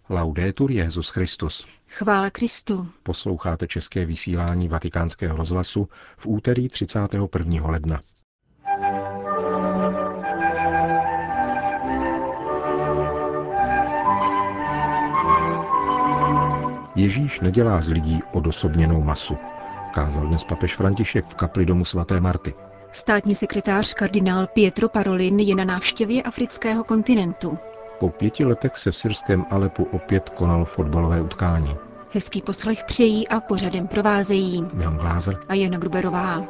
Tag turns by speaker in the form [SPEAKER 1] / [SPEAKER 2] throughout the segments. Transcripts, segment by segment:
[SPEAKER 1] Laudetur Jesus Christus.
[SPEAKER 2] Chvála Kristu.
[SPEAKER 1] Posloucháte české vysílání Vatikánského rozhlasu v úterý 31. ledna. Ježíš nedělá z lidí odosobněnou masu, kázal dnes papež František v kapli domu svaté Marty.
[SPEAKER 2] Státní sekretář kardinál Pietro Parolin je na návštěvě afrického kontinentu.
[SPEAKER 1] Po 5 letech se v syrském Alepu opět konalo fotbalové utkání.
[SPEAKER 2] Hezký poslech přejí a pořadem provázejí
[SPEAKER 1] Jan Glázer
[SPEAKER 2] a Jana Gruberová.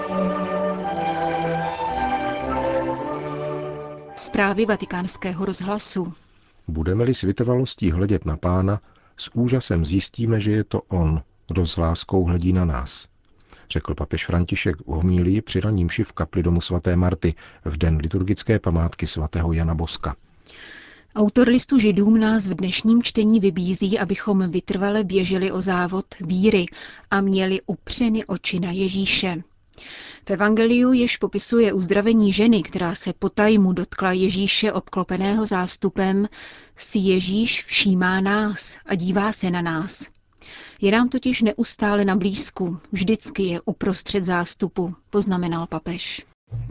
[SPEAKER 2] Zprávy Vatikánského rozhlasu.
[SPEAKER 1] Budeme-li s vytrvalostí hledět na Pána, s úžasem zjistíme, že je to On, kdo s láskou hledí na nás, řekl papež František v homílii při ranní mši v kapli domu svaté Marty v den liturgické památky svatého Jana Boska.
[SPEAKER 2] Autor listu Židům nás v dnešním čtení vybízí, abychom vytrvale běželi o závod víry a měli upřeny oči na Ježíše. V evangeliu, jež popisuje uzdravení ženy, která se potajmu dotkla Ježíše obklopeného zástupem, si Ježíš všímá nás a dívá se na nás. Je nám totiž neustále na blízku, vždycky je uprostřed zástupu, poznamenal papež.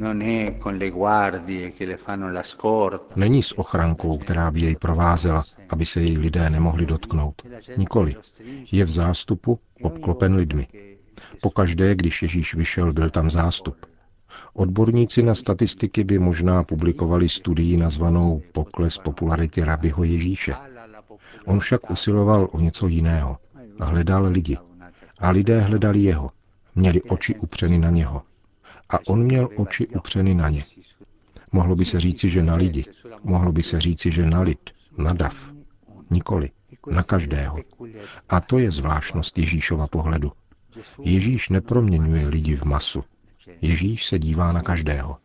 [SPEAKER 1] Není s ochrankou, která by jej provázela, aby se jej lidé nemohli dotknout. Nikoli. Je v zástupu, obklopen lidmi. Pokaždé, když Ježíš vyšel, byl tam zástup. Odborníci na statistiky by možná publikovali studii nazvanou Pokles popularity rabiho Ježíše. On však usiloval o něco jiného. Hledal lidi. A lidé hledali jeho. Měli oči upřeny na něho. A on měl oči upřeny na ně. Mohlo by se říci, že na lidi. Mohlo by se říci, že na lid, na dav. Nikoli. Na každého. A to je zvláštnost Ježíšova pohledu. Ježíš neproměňuje lidi v masu. Ježíš se dívá na každého.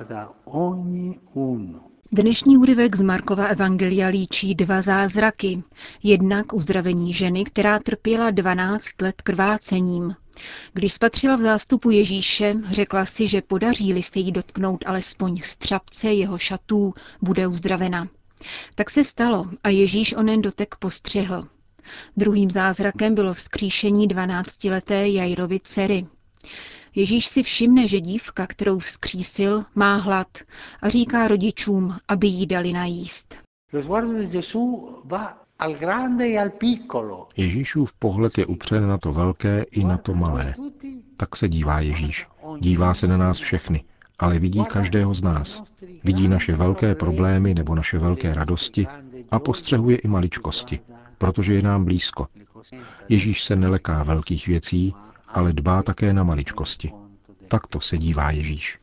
[SPEAKER 2] Dnešní úryvek z Markova evangelia líčí 2 zázraky. Jednak uzdravení ženy, která trpěla 12 let krvácením. Když spatřila v zástupu Ježíše, řekla si, že podaří-li se jí dotknout alespoň střapce jeho šatů, bude uzdravena. Tak se stalo a Ježíš onen dotek postřehl. Druhým zázrakem bylo vzkříšení 12leté Jairovy dcery. Ježíš si všimne, že dívka, kterou vzkřísil, má hlad a říká rodičům, aby jí dali najíst.
[SPEAKER 1] Ježíšův pohled je upřen na to velké i na to malé. Tak se dívá Ježíš. Dívá se na nás všechny, ale vidí každého z nás. Vidí naše velké problémy nebo naše velké radosti a postřehuje i maličkosti, protože je nám blízko. Ježíš se neleká velkých věcí, ale dbá také na maličkosti. Takto se dívá Ježíš.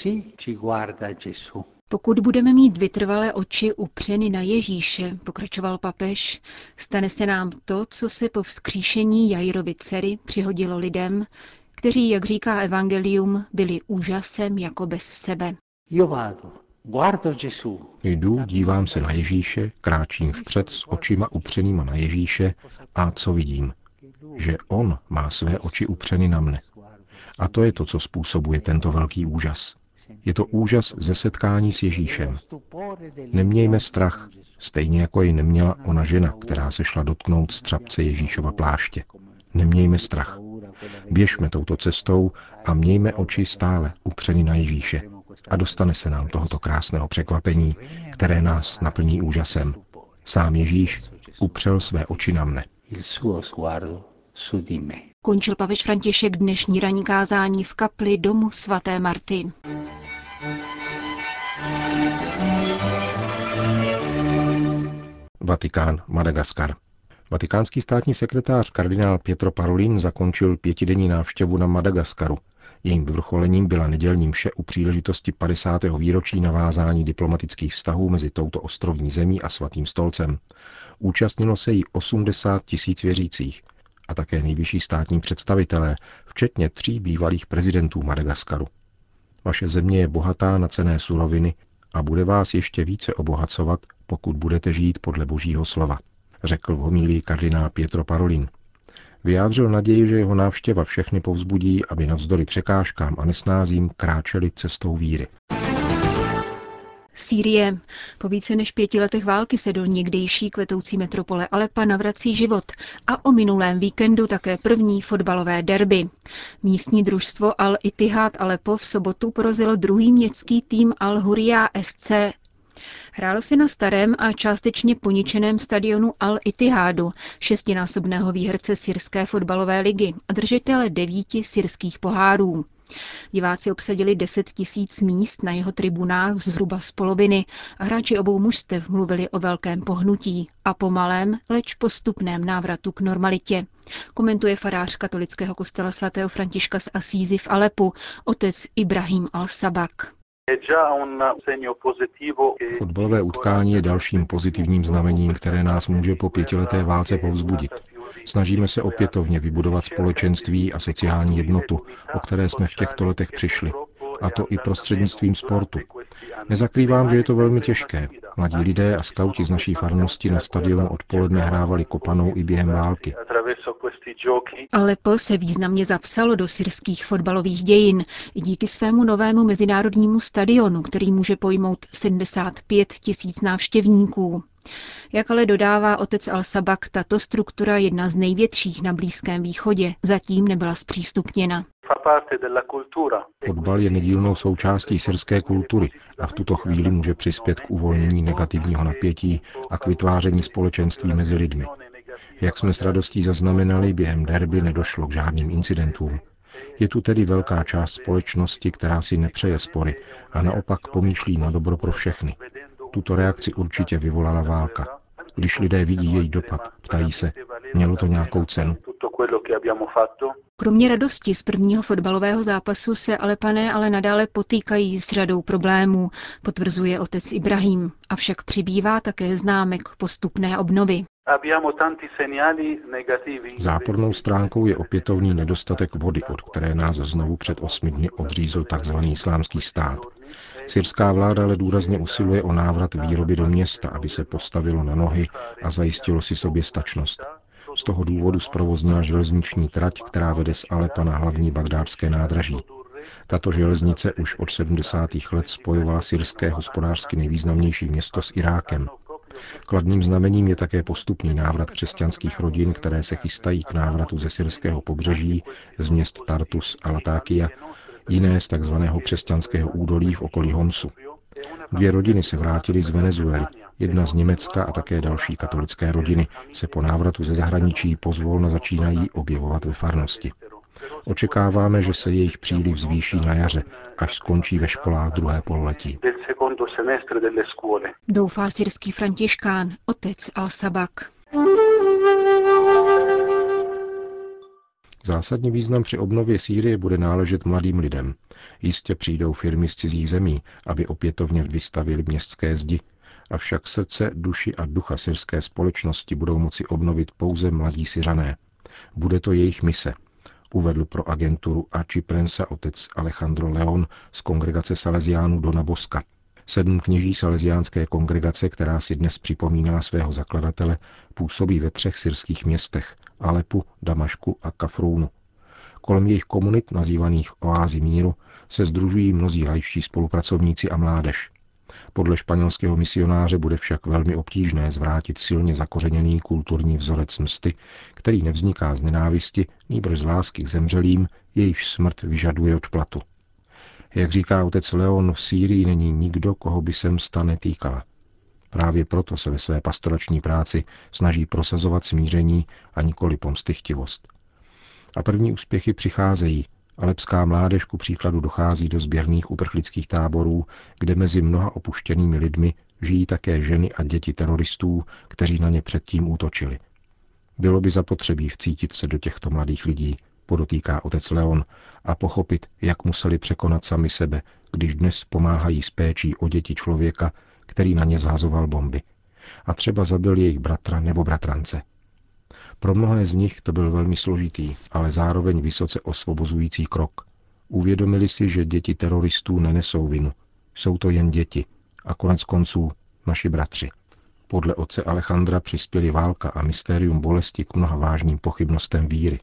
[SPEAKER 2] Pokud budeme mít vytrvalé oči upřeny na Ježíše, pokračoval papež, stane se nám to, co se po vzkříšení Jairovy dcery přihodilo lidem, kteří, jak říká evangelium, byli úžasem jako bez sebe.
[SPEAKER 1] Jdu, dívám se na Ježíše, kráčím vpřed s očima upřenýma na Ježíše a co vidím? Že on má své oči upřeny na mne. A to je to, co způsobuje tento velký úžas. Je to úžas ze setkání s Ježíšem. Nemějme strach, stejně jako jej neměla ona žena, která se šla dotknout střapce Ježíšova pláště. Nemějme strach. Běžme touto cestou a mějme oči stále upřeny na Ježíše. A dostane se nám tohoto krásného překvapení, které nás naplní úžasem. Sám Ježíš upřel své oči na mne.
[SPEAKER 2] Končil papež František dnešní ranní kázání v kapli domu svaté Marty.
[SPEAKER 1] Vatikán, Madagaskar. Vatikánský státní sekretář kardinál Pietro Parolin zakončil 5denní návštěvu na Madagaskaru. Jejím vyvrcholením byla nedělní mše u příležitosti 50. výročí navázání diplomatických vztahů mezi touto ostrovní zemí a Svatým stolcem. Účastnilo se jí 80 000 věřících a také nejvyšší státní představitelé, včetně 3 bývalých prezidentů Madagaskaru. Vaše země je bohatá na cenné suroviny a bude vás ještě více obohacovat, pokud budete žít podle Božího slova, řekl v homílii kardinál Pietro Parolin. Vyjádřil naději, že jeho návštěva všechny povzbudí, aby navzdory překážkám a nesnázím kráčeli cestou víry.
[SPEAKER 2] Sýrie. Po více než 5 letech války se do někdejší kvetoucí metropole Alepa navrací život a o minulém víkendu také první fotbalové derby. Místní družstvo Al-Ittihad Aleppo v sobotu porazilo druhý městský tým Al-Hurriya SC. Hrálo se na starém a částečně poničeném stadionu Al-Ittihadu, 6násobného výherce syrské fotbalové ligy a držitele 9 syrských pohárů. Diváci obsadili 10 000 míst na jeho tribunách zhruba z poloviny a hráči obou mužstev mluvili o velkém pohnutí a pomalém, leč postupném návratu k normalitě. Komentuje farář katolického kostela sv. Františka z Asízy v Alepu, otec Ibrahim al-Sabak.
[SPEAKER 1] Fotbalové utkání je dalším pozitivním znamením, které nás může po 5leté válce povzbudit. Snažíme se opětovně vybudovat společenství a sociální jednotu, o které jsme v těchto letech přišli. A to i prostřednictvím sportu. Nezakrývám, že je to velmi těžké. Mladí lidé a skauti z naší farnosti na stadionu odpoledne hrávali kopanou i během války.
[SPEAKER 2] Aleppo se významně zapsalo do syrských fotbalových dějin i díky svému novému mezinárodnímu stadionu, který může pojmout 75 000 návštěvníků. Jak ale dodává otec Al-Sabak, tato struktura, jedna z největších na Blízkém východě, zatím nebyla zpřístupněna.
[SPEAKER 1] Fotbal je nedílnou součástí syrské kultury a v tuto chvíli může přispět k uvolnění negativního napětí a k vytváření společenství mezi lidmi. Jak jsme s radostí zaznamenali, během derby nedošlo k žádným incidentům. Je tu tedy velká část společnosti, která si nepřeje spory a naopak pomýšlí na dobro pro všechny. Tuto reakci určitě vyvolala válka. Když lidé vidí její dopad, ptají se, mělo to nějakou cenu?
[SPEAKER 2] Kromě radosti z prvního fotbalového zápasu se Alepané ale nadále potýkají s řadou problémů, potvrzuje otec Ibrahim, avšak přibývá také známek postupné obnovy.
[SPEAKER 1] Zápornou stránkou je opětovný nedostatek vody, od které nás znovu před 8 dny odřízl tzv. Islámský stát. Syrská vláda ale důrazně usiluje o návrat výroby do města, aby se postavilo na nohy a zajistilo si soběstačnost. Z toho důvodu zprovoznila železniční trať, která vede z Alepa na hlavní bagdádské nádraží. Tato železnice už od 70. let spojovala syrské hospodářsky nejvýznamnější město s Irákem. Kladným znamením je také postupný návrat křesťanských rodin, které se chystají k návratu ze syrského pobřeží, z měst Tartus a Latákia, jiné z tzv. Křesťanského údolí v okolí Homsu. 2 rodiny se vrátily z Venezuely, jedna z Německa a také další katolické rodiny se po návratu ze zahraničí pozvolna začínají objevovat ve farnosti. Očekáváme, že se jejich příliv zvýší na jaře, až skončí ve školách druhé pololetí.
[SPEAKER 2] Doufá syrský františkán, otec Al-Sabak.
[SPEAKER 1] Zásadní význam při obnově Sýrie bude náležet mladým lidem. Jistě přijdou firmy z cizích zemí, aby opětovně vystavili městské zdi, avšak srdce, duši a ducha syrské společnosti budou moci obnovit pouze mladí Syřané. Bude to jejich mise, uvedl pro agenturu Ači Prensa otec Alejandro León z kongregace Salesiánů Dona Bosca. 7 kněží salesiánské kongregace, která si dnes připomíná svého zakladatele, působí ve 3 syrských městech – Alepu, Damašku a Kafrúnu. Kolem jejich komunit, nazývaných oázy míru, se sdružují mnozí laičtí spolupracovníci a mládež. Podle španělského misionáře bude však velmi obtížné zvrátit silně zakořeněný kulturní vzorec msty, který nevzniká z nenávisti, nýbrž z lásky k zemřelým, jejichž smrt vyžaduje odplatu. Jak říká otec Leon, v Sýrii není nikdo, koho by se msta netýkala. Právě proto se ve své pastorační práci snaží prosazovat smíření a nikoli pomstychtivost. A první úspěchy přicházejí. Alepská mládež ku příkladu dochází do sběrných uprchlických táborů, kde mezi mnoha opuštěnými lidmi žijí také ženy a děti teroristů, kteří na ně předtím útočili. Bylo by zapotřebí vcítit se do těchto mladých lidí, podotýká otec Leon, a pochopit, jak museli překonat sami sebe, když dnes pomáhají s péčí o děti člověka, který na ně zhazoval bomby. A třeba zabil jejich bratra nebo bratrance. Pro mnohé z nich to byl velmi složitý, ale zároveň vysoce osvobozující krok. Uvědomili si, že děti teroristů nenesou vinu. Jsou to jen děti a konec konců naši bratři. Podle otce Alejandra přispěli válka a mystérium bolesti k mnoha vážným pochybnostem víry.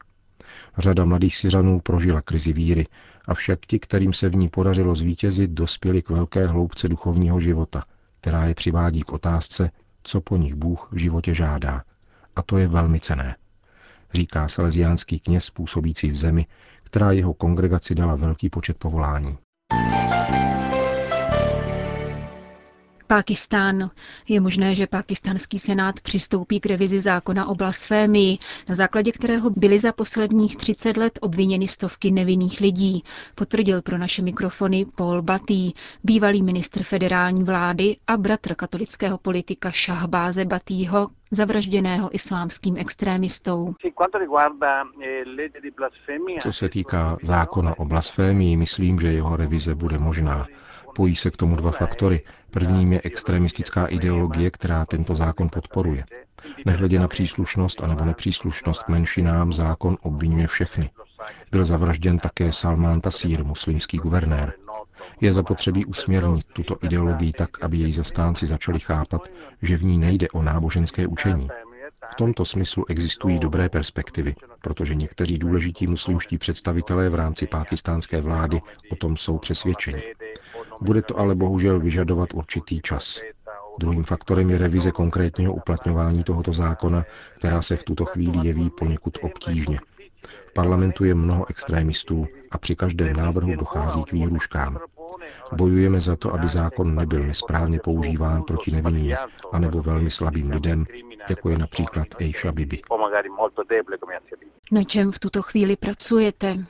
[SPEAKER 1] Řada mladých Syřanů prožila krizi víry, avšak ti, kterým se v ní podařilo zvítězit, dospěli k velké hloubce duchovního života, která je přivádí k otázce, co po nich Bůh v životě žádá. A to je velmi cenné, říká salesiánský kněz působící v zemi, která jeho kongregaci dala velký počet povolání.
[SPEAKER 2] Pákistán. Je možné, že pákistánský senát přistoupí k revizi zákona o blasfémii, na základě kterého byly za posledních 30 let obviněny stovky nevinných lidí, potvrdil pro naše mikrofony Paul Batty, bývalý ministr federální vlády a bratr katolického politika Shahbáze Battyho, zavražděného islámským extrémistou.
[SPEAKER 1] Co se týká zákona o blasfémii, myslím, že jeho revize bude možná. Pojí se k tomu dva faktory. Prvním je extremistická ideologie, která tento zákon podporuje. Nehledě na příslušnost anebo nepříslušnost k menšinám, zákon obvinuje všechny. Byl zavražděn také Salman Taseer, muslimský guvernér. Je zapotřebí usměrnit tuto ideologii tak, aby její zastánci začali chápat, že v ní nejde o náboženské učení. V tomto smyslu existují dobré perspektivy, protože někteří důležití muslimští představitelé v rámci pákistánské vlády o tom jsou přesvědčeni. Bude to ale bohužel vyžadovat určitý čas. Druhým faktorem je revize konkrétního uplatňování tohoto zákona, která se v tuto chvíli jeví poněkud obtížně. V parlamentu je mnoho extrémistů a při každém návrhu dochází k výhrůžkám. Bojujeme za to, aby zákon nebyl nesprávně používán proti nevinným anebo velmi slabým lidem, jako je například Aisha Bibi.
[SPEAKER 2] Na čem v tuto chvíli pracujete?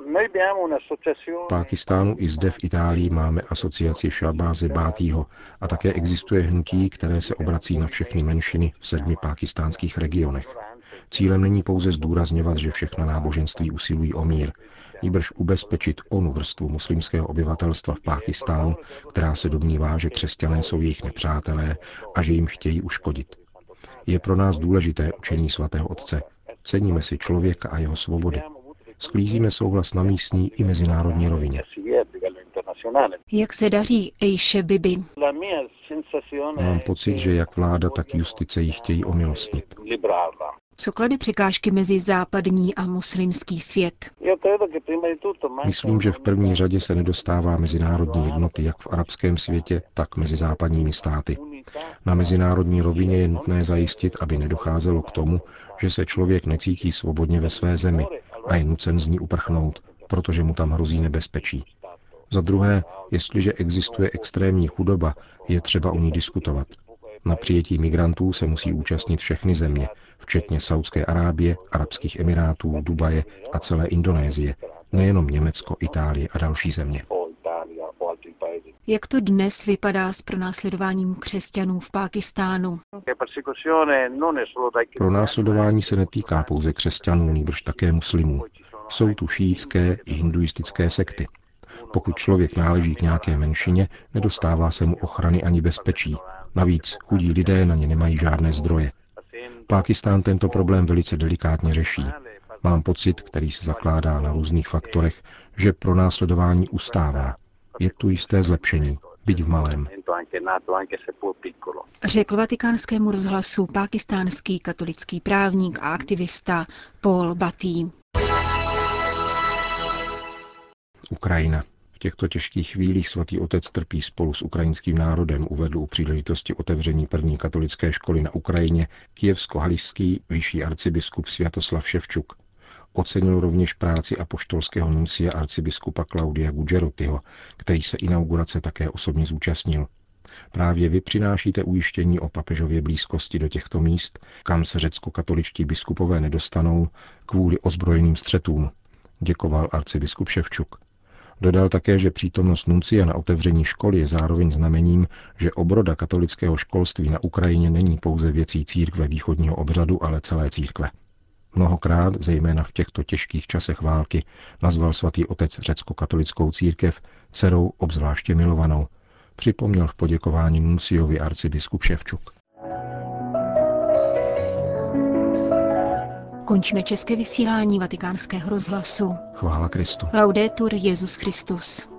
[SPEAKER 1] V Pákistánu i zde v Itálii máme asociaci Shahbáze Battyho a také existuje hnutí, které se obrací na všechny menšiny v 7 pákistánských regionech. Cílem není pouze zdůrazňovat, že všechna náboženství usilují o mír, nýbrž ubezpečit onu vrstvu muslimského obyvatelstva v Pákistánu, která se domnívá, že křesťané jsou jejich nepřátelé a že jim chtějí uškodit. Je pro nás důležité učení svatého otce. Ceníme si člověka a jeho svobody. Sklízíme souhlas na místní i mezinárodní rovině.
[SPEAKER 2] Jak se daří Aisha Bibi?
[SPEAKER 1] Mám pocit, že jak vláda, tak justice ji chtějí omilostnit.
[SPEAKER 2] Co klade překážky mezi západní a muslimský svět?
[SPEAKER 1] Myslím, že v první řadě se nedostává mezinárodní jednoty jak v arabském světě, tak mezi západními státy. Na mezinárodní rovině je nutné zajistit, aby nedocházelo k tomu, že se člověk necítí svobodně ve své zemi a je nucen z ní uprchnout, protože mu tam hrozí nebezpečí. Za druhé, jestliže existuje extrémní chudoba, je třeba o ní diskutovat. Na přijetí migrantů se musí účastnit všechny země, včetně Saúdské Arábie, Arabských Emirátů, Dubaje a celé Indonésie, nejenom Německo, Itálie a další země.
[SPEAKER 2] Jak to dnes vypadá s pronásledováním křesťanů v Pákistánu?
[SPEAKER 1] Pronásledování se netýká pouze křesťanů, nýbrž také muslimů. Jsou tu šíitské i hinduistické sekty. Pokud člověk náleží k nějaké menšině, nedostává se mu ochrany ani bezpečí. Navíc chudí lidé na ně nemají žádné zdroje. Pákistán tento problém velice delikátně řeší. Mám pocit, který se zakládá na různých faktorech, že pronásledování ustává. Je tu jisté zlepšení, byť v malém.
[SPEAKER 2] Řekl Vatikánskému rozhlasu pákistánský katolický právník a aktivista Paul Batty.
[SPEAKER 1] Ukrajina. V těchto těžkých chvílích svatý otec trpí spolu s ukrajinským národem, uvedl u příležitosti otevření první katolické školy na Ukrajině kyjevsko-halíšský vyšší arcibiskup Sviatoslav Ševčuk. Ocenil rovněž práci apoštolského nuncia arcibiskupa Klaudia Gudžerotyho, který se inaugurace také osobně zúčastnil. Právě vy přinášíte ujištění o papežově blízkosti do těchto míst, kam se řecko-katoličtí biskupové nedostanou kvůli ozbrojeným střetům, děkoval arcibiskup Ševčuk. Dodal také, že přítomnost nuncia na otevření školy je zároveň znamením, že obroda katolického školství na Ukrajině není pouze věcí církve východního obřadu, ale celé církve. Mnohokrát, zejména v těchto těžkých časech války, nazval svatý otec řecko-katolickou církev dcerou obzvláště milovanou. Připomněl v poděkování nunciovi arcibiskup Ševčuk.
[SPEAKER 2] Končíme české vysílání Vatikánského rozhlasu.
[SPEAKER 1] Chvála Kristu.
[SPEAKER 2] Laudetur Jesus Christus.